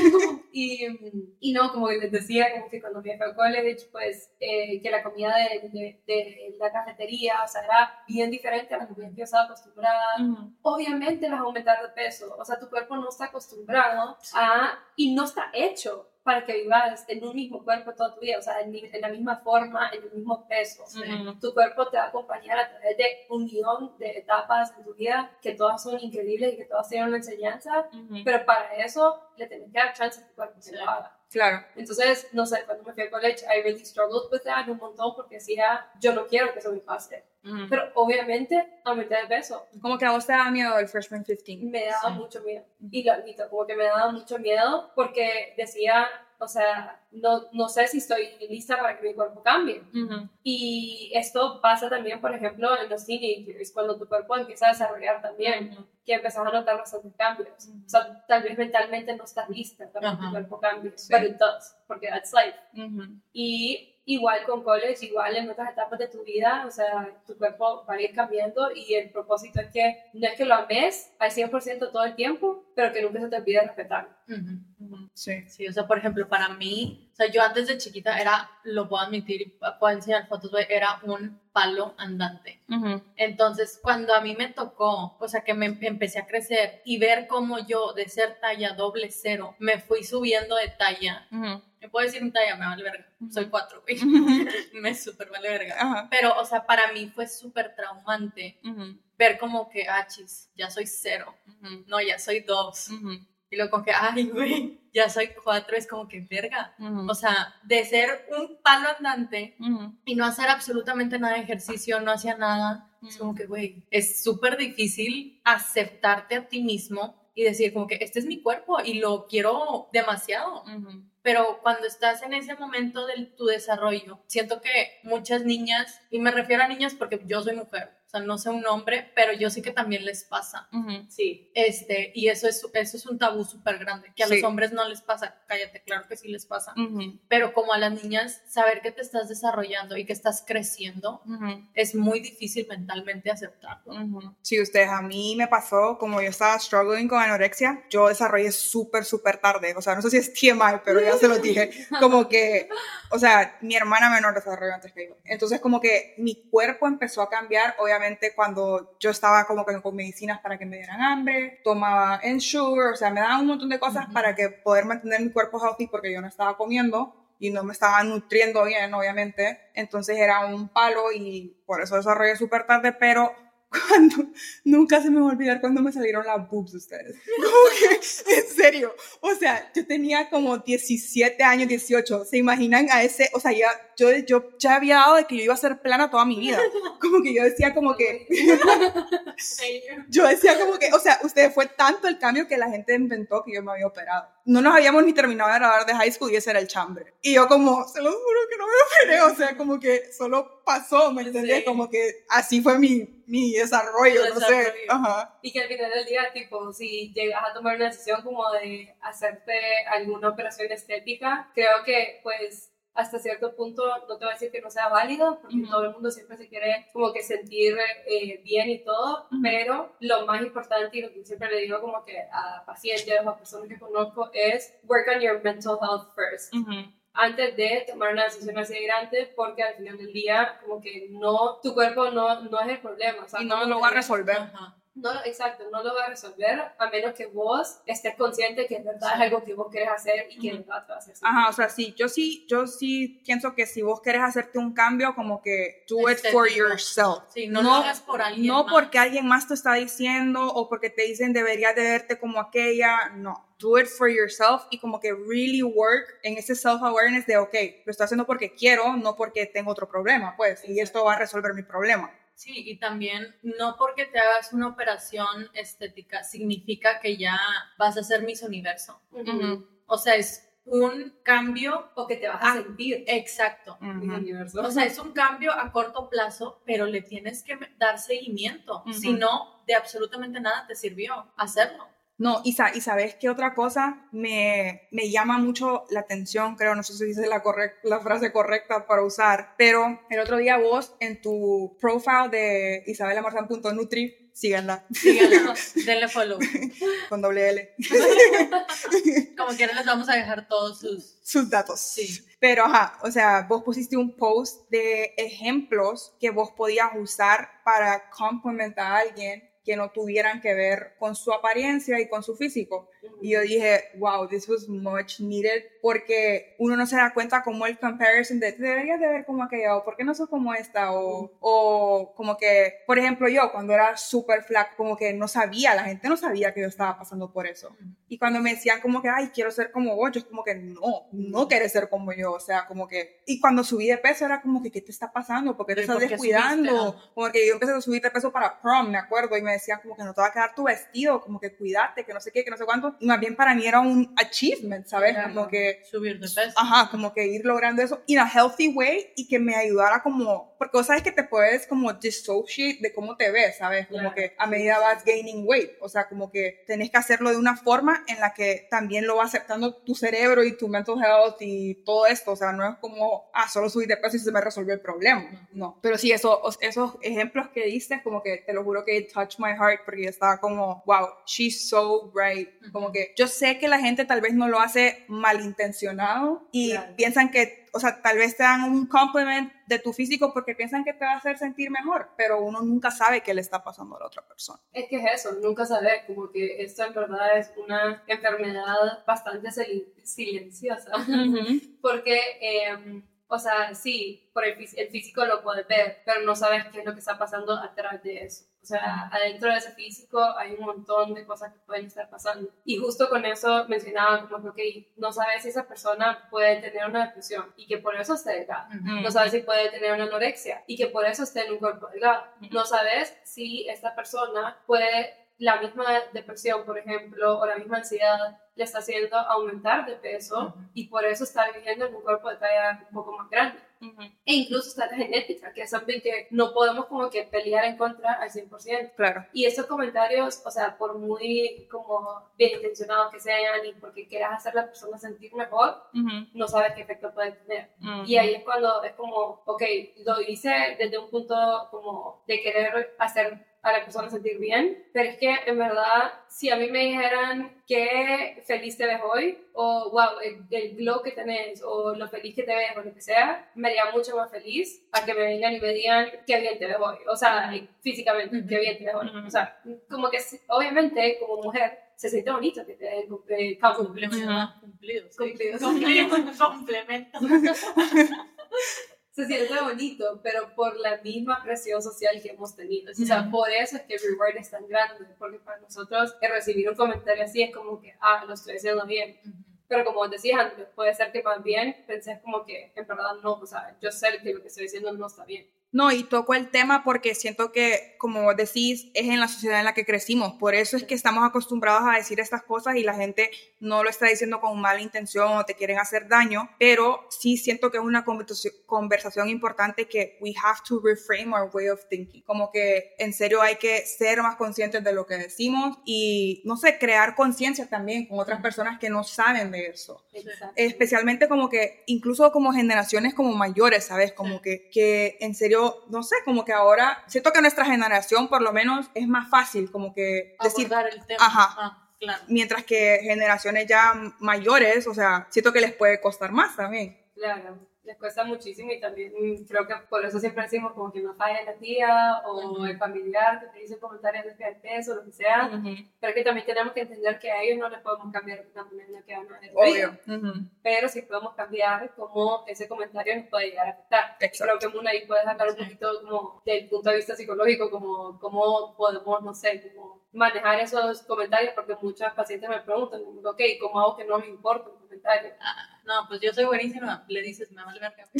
y no, como les decía, como que cuando me fui a college, pues, que la comida de la cafetería, o sea, era bien diferente a la que yo estaba acostumbrada. Obviamente vas a aumentar de peso, o sea, tu cuerpo no está acostumbrado y no está hecho para que vivas en un mismo cuerpo toda tu vida, o sea, en la misma forma, en el mismo peso. Tu cuerpo te va a acompañar a través de un millón de etapas en tu vida, que todas son increíbles y que todas tienen una enseñanza, pero para eso le tenés que dar chance a tu cuerpo que lo haga. Claro. Entonces, no sé, cuando me fui a college, I really struggled with that un montón porque decía, yo no quiero que eso me pase. Pero obviamente aumenté de peso. Como que a vos te daba miedo el Freshman 15. Me daba mucho miedo. Y lo admito, como que me daba mucho miedo porque decía, o sea, no sé si estoy lista para que mi cuerpo cambie. Y esto pasa también, por ejemplo, en los teenagers, cuando tu cuerpo empieza a desarrollar también, que empezás a notar bastantes cambios. O sea, tal vez mentalmente no estás lista para que tu cuerpo cambie, pero it does, porque that's life. Y igual con college, igual en otras etapas de tu vida, o sea, tu cuerpo va a ir cambiando y el propósito es que no es que lo ames al 100% todo el tiempo, pero que nunca se te olvide respetarlo. Sí, o sea, por ejemplo, para mí, o sea, yo antes de chiquita lo puedo admitir, puedo enseñar fotos, era un palo andante. Entonces, cuando a mí me tocó, o sea, que me empecé a crecer y ver cómo yo, de ser talla .0, me fui subiendo de talla. Me puedo decir mi talla, me vale verga. Soy 4, güey. Me súper vale verga. Pero, o sea, para mí fue súper traumante ver como que, chis, ya soy 0. No, ya soy 2. Y luego como que, ay, güey, ya soy 4, es como que verga. O sea, de ser un palo andante y no hacer absolutamente nada de ejercicio, no hacía nada, es como que, güey, es súper difícil aceptarte a ti mismo y decir como que este es mi cuerpo y lo quiero demasiado. Pero cuando estás en ese momento de tu desarrollo, siento que muchas niñas, y me refiero a niñas porque yo soy mujer, o sea, no sé un hombre, pero yo sé que también les pasa. Sí. Y eso es un tabú súper grande, que a los hombres no les pasa. Cállate, claro que sí les pasa. Pero como a las niñas, saber que te estás desarrollando y que estás creciendo, es muy difícil mentalmente aceptarlo. Sí, ustedes, a mí me pasó, como yo estaba struggling con anorexia, yo desarrollé súper tarde. O sea, no sé si es TMI, pero ya se lo dije. Como que, o sea, mi hermana menor desarrolló antes que yo. Entonces, como que mi cuerpo empezó a cambiar, obviamente, cuando yo estaba como que con medicinas para que me dieran hambre, tomaba Ensure, o sea, me daban un montón de cosas para que poder mantener mi cuerpo healthy porque yo no estaba comiendo y no me estaba nutriendo bien, obviamente. Entonces era un palo y por eso desarrollé súper tarde, pero nunca se me va a olvidar cuando me salieron las boobs ustedes. Como que, en serio, o sea, yo tenía como 17 años, 18, ¿se imaginan a ese? O sea, yo ya había dado de que yo iba a ser plana toda mi vida. Como que yo decía como que, o sea, ustedes fue tanto el cambio que la gente inventó que yo me había operado. No nos habíamos ni terminado de graduar de high school y ese era el chambre. Y yo como, se lo juro que no me operé, o sea, como que solo pasó, ¿me entendés? Sí. Como que así fue mi desarrollo, no sé. Ajá. Y que al final del día, tipo, si llegas a tomar una decisión como de hacerte alguna operación estética, creo que, pues, hasta cierto punto, no te voy a decir que no sea válido, porque todo el mundo siempre se quiere como que sentir bien y todo, pero lo más importante y lo que siempre le digo como que a pacientes o a personas que conozco es work on your mental health first. Antes de tomar una decisión así de grande, porque al final del día, como que no, tu cuerpo no es el problema. O sea, y no lo va a resolver. Ajá. No, exacto, no lo va a resolver a menos que vos estés consciente que en verdad es algo que vos querés hacer y que en verdad te va a hacer. Ajá, o sea, sí, yo sí pienso que si vos querés hacerte un cambio, como que do it for yourself. Sí, no lo hagas por alguien no más. Porque alguien más te está diciendo o porque te dicen deberías de verte como aquella, no. Do it for yourself y como que really work en ese self-awareness de, ok, lo estoy haciendo porque quiero, no porque tengo otro problema, pues, y esto va a resolver mi problema. Sí, y también no porque te hagas una operación estética significa que ya vas a ser Miss Universo. O sea, es un cambio o que te vas a sentir. Exacto. O sea, es un cambio a corto plazo, pero le tienes que dar seguimiento. Si no, de absolutamente nada te sirvió hacerlo. No, y ¿sabes qué otra cosa me llama mucho la atención? Creo, no sé si es la frase correcta para usar, pero el otro día vos en tu profile de isabelamarzan.nutri, síganla. Denle follow. Con doble L. Como quieran les vamos a dejar todos sus datos. Sí. Pero, o sea, vos pusiste un post de ejemplos que vos podías usar para complementar a alguien que no tuvieran que ver con su apariencia y con su físico. Y yo dije, wow, this was much needed, porque uno no se da cuenta como el comparison de, te deberías de ver como aquella, o por qué no sos como esta, o como que, por ejemplo, yo cuando era súper flaca, como que la gente no sabía que yo estaba pasando por eso. Y cuando me decían como que, ay, quiero ser como vos, yo como que no quieres ser como yo, o sea, como que, y cuando subí de peso era como que, ¿qué te está pasando? ¿Por qué te estás descuidando? Como que yo empecé a subir de peso para prom, me acuerdo, y me decían como que no te va a quedar tu vestido, como que cuídate, que no sé qué, que no sé cuánto, y más bien para mí era un achievement, ¿sabes? Claro, como que subir de peso. Ajá, como que ir logrando eso in a healthy way y que me ayudara como, porque vos sabes que te puedes como dissociate de cómo te ves, ¿sabes? Como que a medida vas gaining weight, o sea, como que tenés que hacerlo de una forma en la que también lo va aceptando tu cerebro y tu mental health y todo esto, o sea, no es como, solo subir de peso y se me resolvió el problema, no. Pero sí, esos ejemplos que diste, como que te lo juro que it touched my heart, porque yo estaba como, wow, she's so right, como que yo sé que la gente tal vez no lo hace malintencionado y piensan que, o sea, tal vez te dan un compliment de tu físico porque piensan que te va a hacer sentir mejor, pero uno nunca sabe qué le está pasando a la otra persona. Es que es eso, nunca sabes, como que esto en verdad es una enfermedad bastante silenciosa, porque, o sea, sí, por el físico lo puedes ver, pero no sabes qué es lo que está pasando atrás de eso. O sea, adentro de ese físico hay un montón de cosas que pueden estar pasando. Y justo con eso mencionaban como que no sabes si esa persona puede tener una depresión y que por eso esté delgada. No sabes si puede tener una anorexia y que por eso esté en un cuerpo delgado. No sabes si esta persona puede, la misma depresión, por ejemplo, o la misma ansiedad le está haciendo aumentar de peso y por eso está viviendo en un cuerpo de talla un poco más grande. E incluso está la genética, que es algo que no podemos como que pelear en contra al 100%. Claro. Y esos comentarios, o sea, por muy como bien intencionados que sean y porque quieras hacer a la persona sentir mejor, no sabes qué efecto puede tener. Y ahí es cuando es como, ok, lo hice desde un punto como de querer hacer a la persona sentir bien, pero es que en verdad, si a mí me dijeran qué feliz te ves hoy, o wow, el glow que tenés, o lo feliz que te ves, o lo que sea, me haría mucho más feliz a que me vengan y me digan qué bien te ves hoy, o sea, físicamente, qué bien te ves hoy, o sea, como que obviamente como mujer se siente bonito que te den complementos. Cumplidos. Complementos. se siente bonito, pero por la misma presión social que hemos tenido. O sea, por eso es que el reward es tan grande, porque para nosotros recibir un comentario así es como que, lo estoy haciendo bien. Pero como decías antes, puede ser que más bien pensés como que en verdad no, o sea, yo sé que lo que estoy diciendo no está bien. No, y toco el tema porque siento que, como vos decís, es en la sociedad en la que crecimos. Por eso es que estamos acostumbrados a decir estas cosas y la gente no lo está diciendo con mala intención o te quieren hacer daño, pero sí siento que es una conversación importante que we have to reframe our way of thinking. Como que en serio hay que ser más conscientes de lo que decimos y, no sé, crear conciencia también con otras personas que no saben de eso. Exacto. Especialmente como que, incluso como generaciones como mayores, ¿sabes? Como que en serio, no sé, como que ahora siento que nuestra generación por lo menos es más fácil como que abordar el tema. Ajá. Claro. Mientras que generaciones ya mayores, o sea, siento que les puede costar más también. Claro, les cuesta muchísimo y también creo que por eso siempre decimos como que no falla la tía o el familiar que te dice comentarios de peso o lo que sea, pero que también tenemos que entender que a ellos no les podemos cambiar la manera que van a ver. Obvio. Pero sí podemos cambiar cómo ese comentario nos puede llegar a afectar. Creo que Muna ahí puedes hablar un poquito como del punto de vista psicológico, como cómo podemos, no sé, como manejar esos comentarios, porque muchas pacientes me preguntan, ok, ¿cómo hago que no me importe un comentario? No, pues yo soy buenísima, le dices, me vale verga.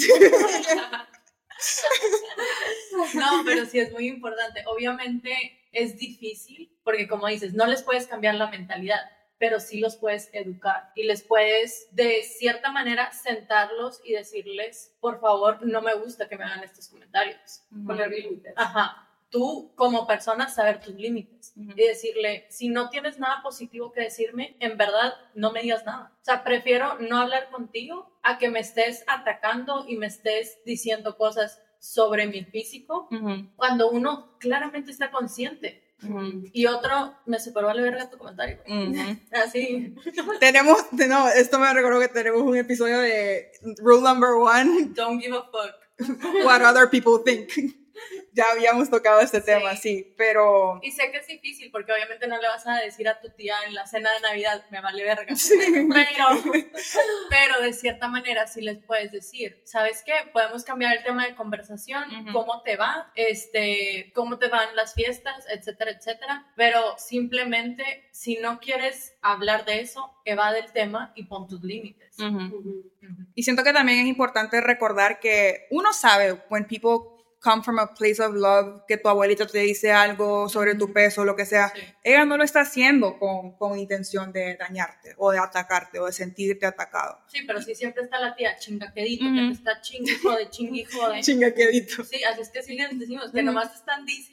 No, pero sí es muy importante. Obviamente es difícil, porque como dices, no les puedes cambiar la mentalidad, pero sí los puedes educar y les puedes, de cierta manera, sentarlos y decirles, por favor, no me gusta que me hagan estos comentarios. Poner límites. Ajá. Tú, como persona, saber tus límites y decirle, si no tienes nada positivo que decirme, en verdad, no me digas nada. O sea, prefiero no hablar contigo a que me estés atacando y me estés diciendo cosas sobre mi físico cuando uno claramente está consciente. Y otro, me superó al verga tu comentario. Así. Esto me recordó que tenemos un episodio de Rule Number 1. Don't give a fuck. What other people think. Ya habíamos tocado este tema, sí, pero... Y sé que es difícil, porque obviamente no le vas a decir a tu tía en la cena de Navidad, me vale verga. Sí. Pero de cierta manera sí les puedes decir, ¿sabes qué? Podemos cambiar el tema de conversación, cómo te va, cómo te van las fiestas, etcétera, etcétera. Pero simplemente, si no quieres hablar de eso, evade el tema y pon tus límites. Y siento que también es importante recordar que uno sabe, when people come from a place of love, que tu abuelita te dice algo sobre tu peso, lo que sea, ella no lo está haciendo con intención de dañarte o de atacarte o de sentirte atacado. Sí, pero sí siempre está la tía chingaquedito, que te está chingue jode. Chingaquedito. Sí, así es que sí les decimos, que nomás están dice.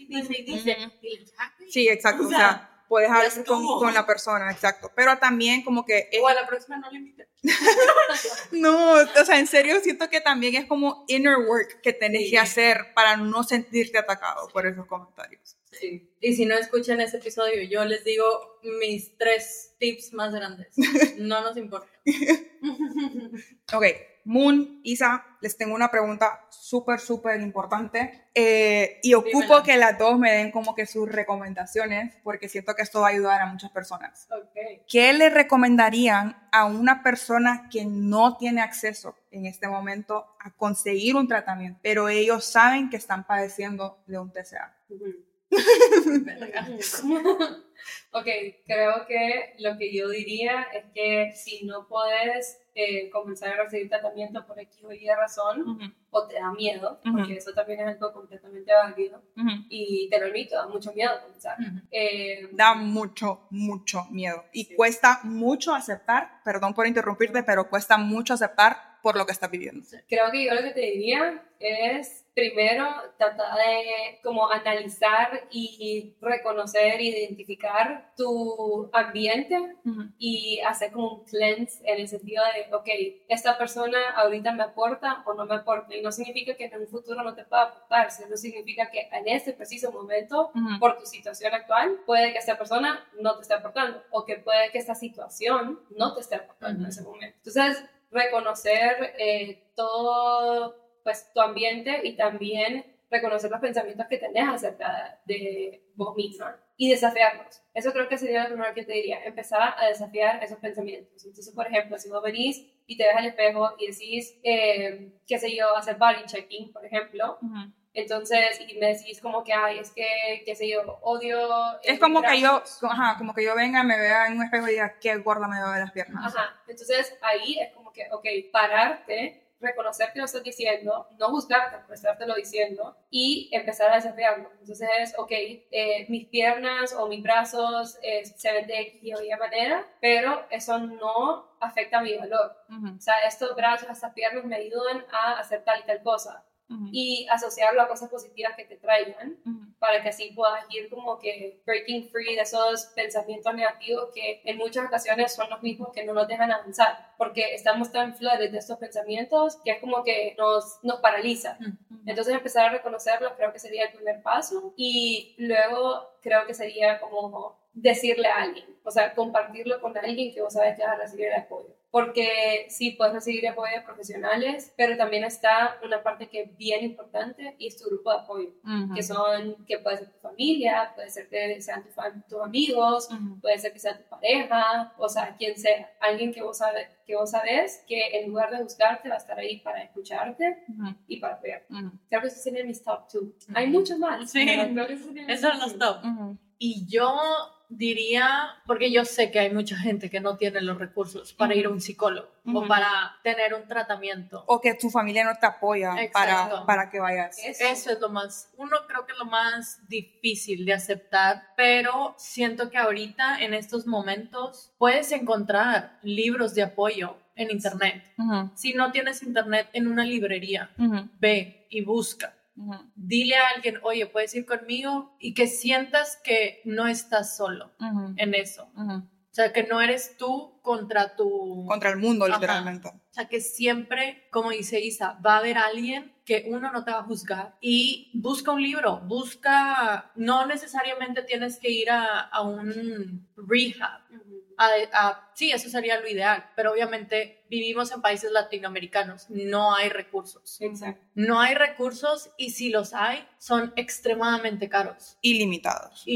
Sí, exacto, o sea, puedes hablar con la persona, exacto, pero también como que... O a la próxima no le inviten. No, o sea, en serio siento que también es como inner work que tenés que hacer para no sentirte atacado por esos comentarios. Sí. Y si no escuchan ese episodio, yo les digo mis 3 tips más grandes. No nos importa. Ok, Moon, Isa, les tengo una pregunta súper importante y ocupo que las dos me den como que sus recomendaciones porque siento que esto va a ayudar a muchas personas. Okay. ¿Qué le recomendarían a una persona que no tiene acceso en este momento a conseguir un tratamiento, pero ellos saben que están padeciendo de un TCA? Ok, creo que lo que yo diría es que si no puedes comenzar a recibir tratamiento por X o Y razón, o te da miedo, porque eso también es algo completamente válido, y te lo admito, da mucho miedo comenzar. Da mucho miedo y cuesta mucho aceptar, perdón por interrumpirte, pero cuesta mucho aceptar por lo que estás viviendo. Creo que yo lo que te diría es primero tratar de como analizar y reconocer, identificar tu ambiente y hacer como un cleanse en el sentido de, ok, esta persona ahorita me aporta o no me aporta, y no significa que en un futuro no te pueda aportar, sino significa que en este preciso momento, por tu situación actual, puede que esta persona no te esté aportando o que puede que esta situación no te esté aportando en ese momento. Entonces, reconocer todo pues, tu ambiente y también reconocer los pensamientos que tenés acerca de vos misma. y desafiarlos. Eso creo que sería lo primero que te diría, empezar a desafiar esos pensamientos. Entonces, por ejemplo, si vos venís y te ves al espejo y decís, qué sé yo, hacer body checking, por ejemplo, entonces, y me decís como que, ay, es que, qué sé yo, odio... Es como que como que yo venga, me vea en un espejo y diga, qué gorda me veo de las piernas. Ajá, entonces ahí es como que, ok, pararte, reconocer que lo estás diciendo, no juzgarte por estártelo diciendo y empezar a desafiarlo. Entonces es, ok, mis piernas o mis brazos se ven de X y Y manera, pero eso no afecta mi valor. O sea, estos brazos, estas piernas me ayudan a hacer tal y tal cosa. Y asociarlo a cosas positivas que te traigan para que así puedas ir como que breaking free de esos pensamientos negativos que en muchas ocasiones son los mismos que no nos dejan avanzar porque estamos tan flooded de estos pensamientos que es como que nos paraliza. Entonces empezar a reconocerlos creo que sería el primer paso y luego creo que sería como decirle a alguien, o sea, compartirlo con alguien que vos sabes que vas a recibir el apoyo. Porque sí, puedes recibir apoyo de profesionales, pero también está una parte que es bien importante y es tu grupo de apoyo, que puede ser tu familia, puede ser que sean tus amigos, puede ser que sea tu pareja, o sea, quien sea, alguien que vos sabes que en lugar de juzgarte va a estar ahí para escucharte y para apoyarte. Creo que esos serían mis top 2. Hay muchos más. Sí, pero creo que esos son los top. Y yo diría, porque yo sé que hay mucha gente que no tiene los recursos para ir a un psicólogo o para tener un tratamiento. O que tu familia no te apoya para que vayas. Eso es lo más, creo que es lo más difícil de aceptar, pero siento que ahorita en estos momentos puedes encontrar libros de apoyo en internet. Si no tienes internet, en una librería, ve y busca. Dile a alguien, oye, ¿puedes ir conmigo? Y que sientas que no estás solo en eso. O sea, que no eres tú contra el mundo, literalmente. O sea, que siempre, como dice Isa, va a haber alguien que uno no te va a juzgar. Y busca un libro, no necesariamente tienes que ir a un rehab. Sí, eso sería lo ideal, pero obviamente vivimos en países latinoamericanos, no hay recursos. Exacto. No hay recursos y si los hay, son extremadamente caros. Ilimitados.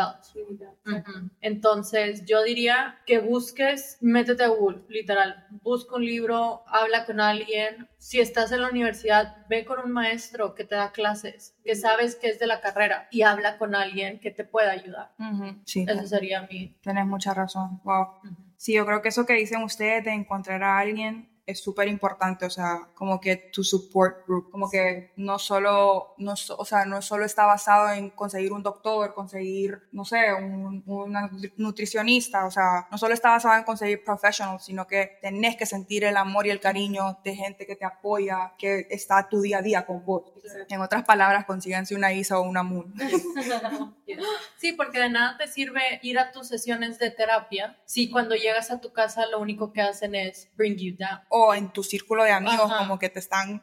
Entonces, yo diría que busques, métete a Google, literal, busca un libro, habla con alguien. Si estás en la universidad, ve con un maestro que te da clases, que sabes que es de la carrera y habla con alguien que te pueda ayudar. Sí, eso sería mi... Tienes mucha razón. Wow. Sí, yo creo que eso que dicen ustedes de encontrar a alguien es súper importante, o sea, como que tu support group, como que no solo está basado en conseguir un doctor, conseguir, no sé, una nutricionista, o sea, no solo está basado en conseguir professionals, sino que tenés que sentir el amor y el cariño de gente que te apoya, que está tu día a día con vos. En otras palabras, consíganse una Isa o una Moon. Sí, porque de nada te sirve ir a tus sesiones de terapia si cuando llegas a tu casa lo único que hacen es bring you down. O en tu círculo de amigos, como que te están...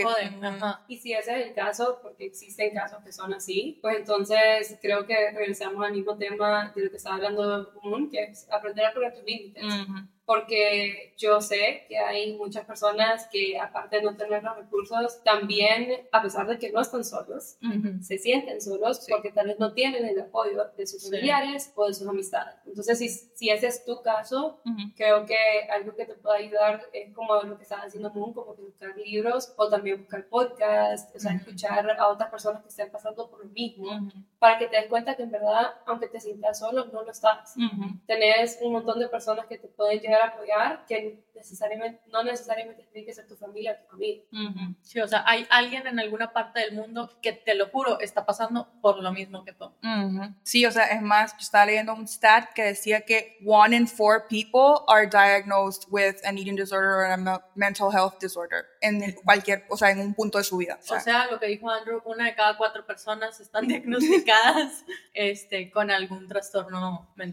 Y si ese es el caso, porque existen casos que son así, pues entonces creo que regresamos al mismo tema de lo que estaba hablando Moon, que es aprender a poner tus límites. Porque yo sé que hay muchas personas que, aparte de no tener los recursos, también, a pesar de que no están solos, se sienten solos porque tal vez no tienen el apoyo de sus familiares o de sus amistades. Entonces, si ese es tu caso, creo que algo que te puede ayudar es como lo que estaba haciendo Moon, como que buscar libros o también buscar podcasts, o sea, escuchar a otras personas que estén pasando por lo mismo, para que te des cuenta que en verdad, aunque te sientas solo, no lo estás. Tenés un montón de personas que te pueden llegar a apoyar, que no necesariamente tiene que ser tu familia o tu familia. Sí, o sea, hay alguien en alguna parte del mundo que, te lo juro, está pasando por lo mismo que tú. Sí, o sea, es más, yo estaba leyendo un stat que decía que 1 in 4 people are diagnosed with an eating disorder or a mental health disorder en un punto de su vida. O sea, lo que dijo Andrew, 1 de cada 4 personas están diagnosticadas con algún trastorno mental.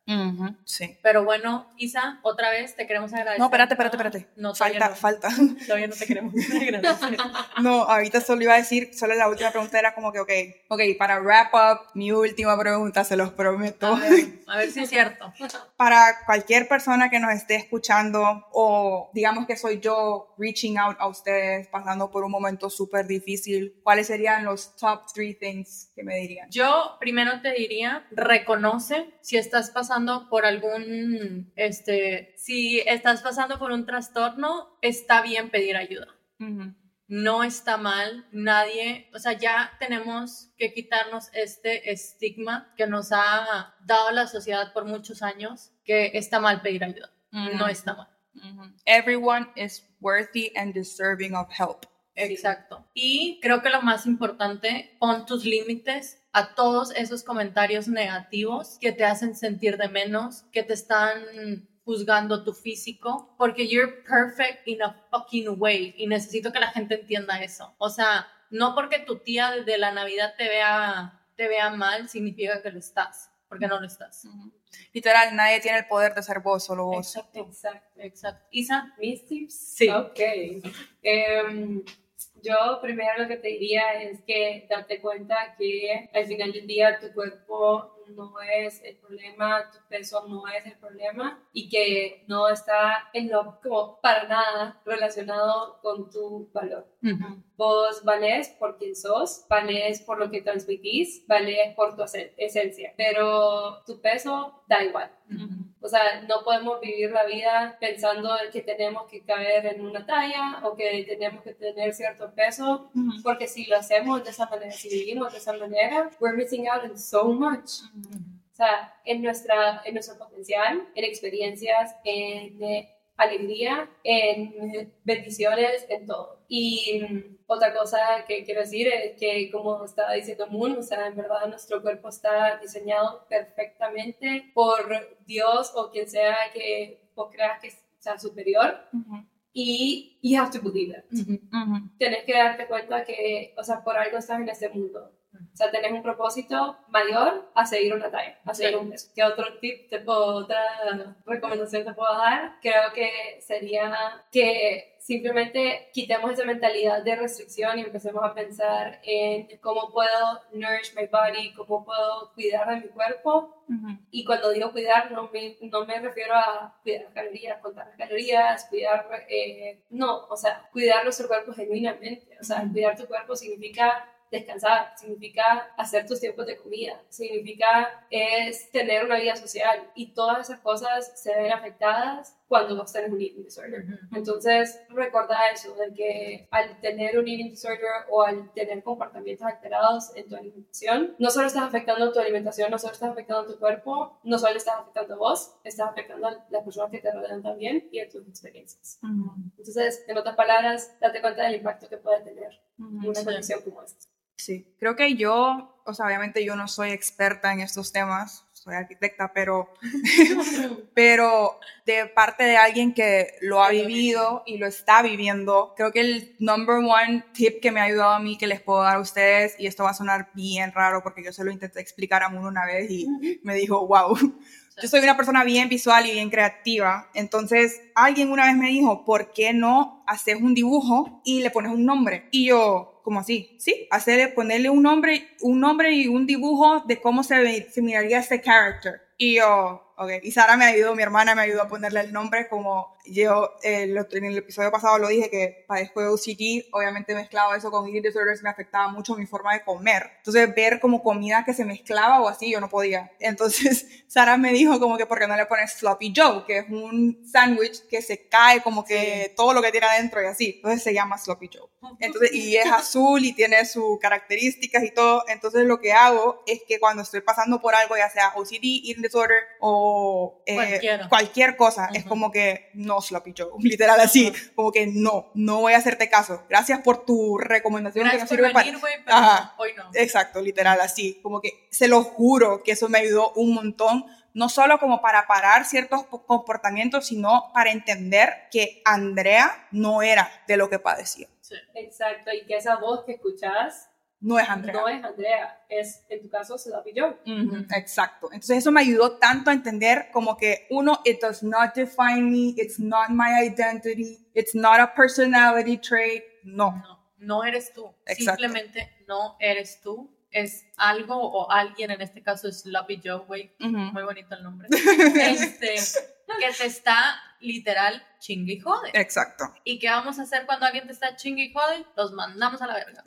Sí. Pero bueno, Isa, otra vez te queremos agradecer. No, espérate. No, Falta. Todavía no te queremos agradecer. No, ahorita solo iba a decir, solo la última pregunta era como que, ok, para wrap up, mi última pregunta, se los prometo. A ver si es cierto. Para cualquier persona que nos esté escuchando, o digamos que soy yo reaching out a ustedes, pasando por un momento súper difícil, ¿cuáles serían los top 3 things que me dirían? Yo primero te diría, reconoce si estás pasando por algún, si estás pasando por un trastorno, está bien pedir ayuda. No está mal, nadie, o sea, ya tenemos que quitarnos este estigma que nos ha dado la sociedad por muchos años, que está mal pedir ayuda. No está mal. Everyone is worthy and deserving of help. Exacto. Y creo que lo más importante, pon tus límites a todos esos comentarios negativos que te hacen sentir de menos, que te están juzgando tu físico, porque you're perfect in a fucking way, y necesito que la gente entienda eso. O sea, no porque tu tía desde la Navidad te vea mal, significa que lo estás, porque no lo estás. Literal, nadie tiene el poder de ser vos, solo vos. Exacto. Isa, ¿mis tips? Sí. Ok. Yo primero lo que te diría es que darte cuenta que al final del día tu cuerpo no es el problema, tu peso no es el problema y que no está como para nada relacionado con tu valor. Vos valés por quien sos, valés por lo que transmitís, valés por tu esencia, pero tu peso da igual. O sea, no podemos vivir la vida pensando que tenemos que caber en una talla o que tenemos que tener cierto peso, porque si lo hacemos de esa manera, si vivimos de esa manera, we're missing out on so much. O sea, en nuestro potencial, en experiencias, en alegría, en bendiciones, en todo. Y otra cosa que quiero decir es que, como estaba diciendo Moon, o sea, en verdad nuestro cuerpo está diseñado perfectamente por Dios o quien sea que vos creas que sea superior. Y you have to believe that. Tenés que darte cuenta que, o sea, por algo estás en este mundo. O sea, tenés un propósito mayor a seguir una talla, a seguir un peso. ¿Qué otro tip otra recomendación te puedo dar? Creo que sería que simplemente quitemos esa mentalidad de restricción y empecemos a pensar en cómo puedo nourish my body, cómo puedo cuidar de mi cuerpo. Y cuando digo cuidar, no me refiero a cuidar calorías, contar las calorías, cuidar, no, o sea, cuidar nuestro cuerpo genuinamente. O sea, cuidar tu cuerpo significa descansar, significa hacer tus tiempos de comida, significa es tener una vida social, y todas esas cosas se ven afectadas cuando vos tenés un eating disorder. Entonces, recordá eso, de que al tener un eating disorder o al tener comportamientos alterados en tu alimentación, no solo estás afectando tu alimentación, no solo estás afectando tu cuerpo, no solo estás afectando a vos, estás afectando a las personas que te rodean también y a tus experiencias. Entonces, en otras palabras, date cuenta del impacto que puede tener una condición como esta. Sí, creo que yo, o sea, obviamente yo no soy experta en estos temas, soy arquitecta, pero de parte de alguien que lo ha vivido y lo está viviendo, creo que el number one tip que me ha ayudado a mí, que les puedo dar a ustedes, y esto va a sonar bien raro porque yo se lo intenté explicar a Moon una vez y me dijo, wow, yo soy una persona bien visual y bien creativa, entonces alguien una vez me dijo, ¿por qué no haces un dibujo y le pones un nombre? Y yo, ¿cómo así? Sí, ponerle un nombre y un dibujo de cómo se miraría ese character. Y yo, ok, y Sara me ayudó, mi hermana me ayudó a ponerle el nombre, como yo en el episodio pasado lo dije, que padezco de OCD, obviamente mezclado eso con eating disorders me afectaba mucho mi forma de comer. Entonces ver como comida que se mezclaba o así, yo no podía. Entonces Sara me dijo como que ¿por qué no le pones Sloppy Joe? Que es un sándwich que se cae como que todo lo que tiene adentro y así. Entonces se llama Sloppy Joe. Entonces, y es azul y tiene sus características y todo. Entonces lo que hago es que cuando estoy pasando por algo, ya sea OCD, eating disorder o cualquier cosa, es como que no Sloppy Joe, literal así, como que no voy a hacerte caso. Gracias por tu recomendación. Gracias que no sirve por venir, güey, pero Ajá, hoy no. Exacto, literal así, como que se lo juro que eso me ayudó un montón, no solo como para parar ciertos comportamientos, sino para entender que Andrea no era de lo que padecía. Sí. Exacto, y que esa voz que escuchás no es Andrea. No es Andrea, es, en tu caso, Sloppy Joe. Exacto. Entonces eso me ayudó tanto a entender como que uno, it does not define me, it's not my identity, it's not a personality trait, no. No eres tú. Exacto. Simplemente no eres tú. Es algo o alguien, en este caso es Sloppy Joe, güey. Muy bonito el nombre. Que te está literal chingue y jode. Exacto. ¿Y qué vamos a hacer cuando alguien te está chingue y jode? Los mandamos a la verga.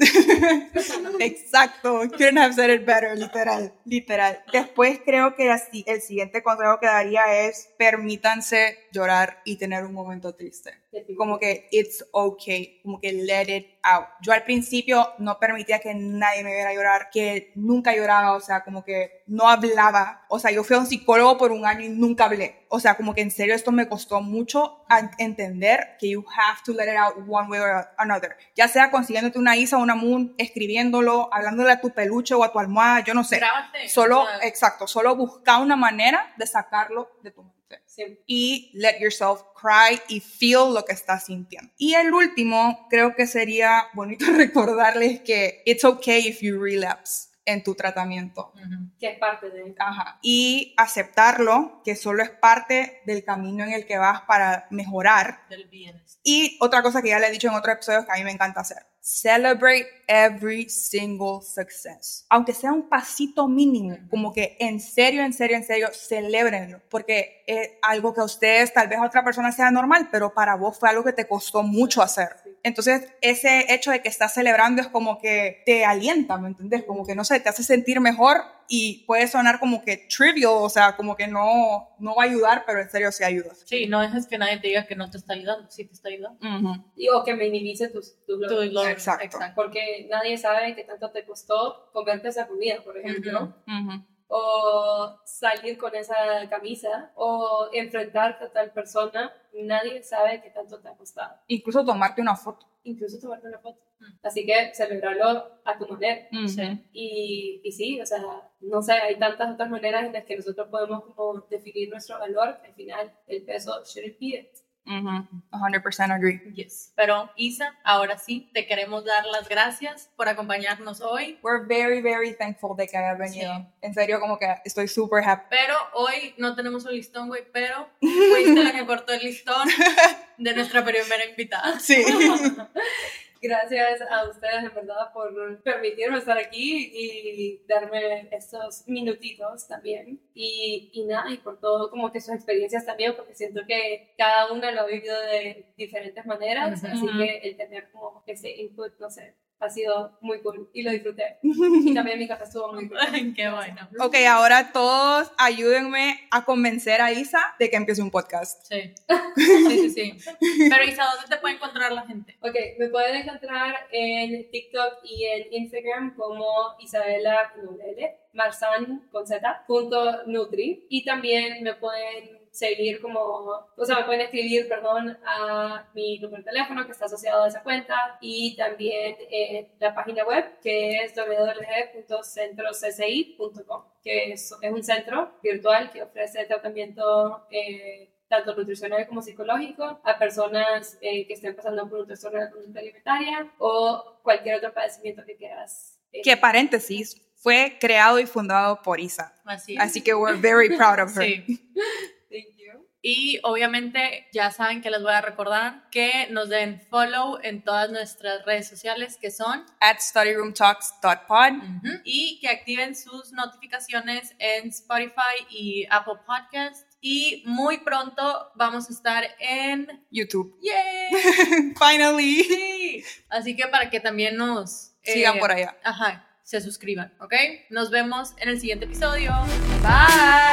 Exacto. Couldn't have said it better, literal. Después creo que así, el siguiente consejo que daría es permítanse llorar y tener un momento triste. Como que it's okay, como que let it out. Yo al principio no permitía que nadie me viera llorar, que nunca lloraba, o sea, como que no hablaba. O sea, yo fui a un psicólogo por un año y nunca hablé. O sea, como que en serio esto me costó mucho entender que you have to let it out one way or another. Ya sea consiguiéndote una Isa o una Moon, escribiéndolo, hablándole a tu peluche o a tu almohada, yo no sé. Grábate. Solo, O sea, exacto, solo busca una manera de sacarlo de tu mente. Sí. Y let yourself cry y feel lo que estás sintiendo. Y el último, creo que sería bonito recordarles que it's okay if you relapse en tu tratamiento. Que es parte de... Ajá. Y aceptarlo, que solo es parte del camino en el que vas para mejorar. del bienestar. Y otra cosa que ya le he dicho en otros episodios que a mí me encanta hacer. Celebrate every single success. Aunque sea un pasito mínimo, como que en serio, celébrenlo. Porque es algo que a ustedes, tal vez a otra persona sea normal, pero para vos fue algo que te costó mucho hacer. Entonces, ese hecho de que estás celebrando es como que te alienta, ¿me entendés? Como que, no sé, te hace sentir mejor y puede sonar como que trivial, o sea, como que no va a ayudar, pero en serio sí ayuda. Sí, no dejes que nadie te diga que no te está ayudando, sí te está ayudando. O que minimice tus logros. Exacto. Porque nadie sabe qué tanto te costó comerte esa comida, por ejemplo. O salir con esa camisa, o enfrentarte a tal persona, nadie sabe qué tanto te ha costado. Incluso tomarte una foto. Incluso tomarte una foto. Así que celebrarlo a tu manera. Sí. Y sí, o sea, no sé, hay tantas otras maneras en las que nosotros podemos como definir nuestro valor. Al final, el peso shouldn't be it. 100% agree. Yes. Pero Isa, ahora sí, te queremos dar las gracias por acompañarnos hoy. We're very, very thankful de que hayas venido. Sí. En serio, como que estoy super happy. Pero hoy no tenemos un listón, güey, pero fuiste la que cortó el listón de nuestra primera invitada. Sí. Gracias a ustedes, en verdad, por permitirme estar aquí y darme estos minutitos también. Y nada, y por todo, como que sus experiencias también, porque siento que cada una lo ha vivido de diferentes maneras, así que el tener como ese input, no sé, ha sido muy cool y lo disfruté. Y también mi café estuvo muy cool. Qué bueno. Ok, ahora todos ayúdenme a convencer a Isa de que empiece un podcast. Sí. Pero Isa, ¿dónde te puede encontrar la gente? Ok, me pueden encontrar en TikTok y en Instagram como Isabela Marzan con Z, .nutri. Y también me pueden seguir me pueden escribir, a mi número de teléfono que está asociado a esa cuenta, y también la página web que es www.centrocci.com, que es un centro virtual que ofrece tratamiento tanto nutricional como psicológico a personas que estén pasando por un trastorno de la conducta alimentaria o cualquier otro padecimiento que quieras. Que paréntesis, fue creado y fundado por Isa. Así que we're very proud of her. Sí. Thank you. Y obviamente ya saben que les voy a recordar que nos den follow en todas nuestras redes sociales, que son @studyroomtalks.pod y que activen sus notificaciones en Spotify y Apple Podcast. Y muy pronto vamos a estar en YouTube. ¡Yay! Finally. Sí. Así que para que también nos sigan por allá. se suscriban, ¿ok? Nos vemos en el siguiente episodio. Bye.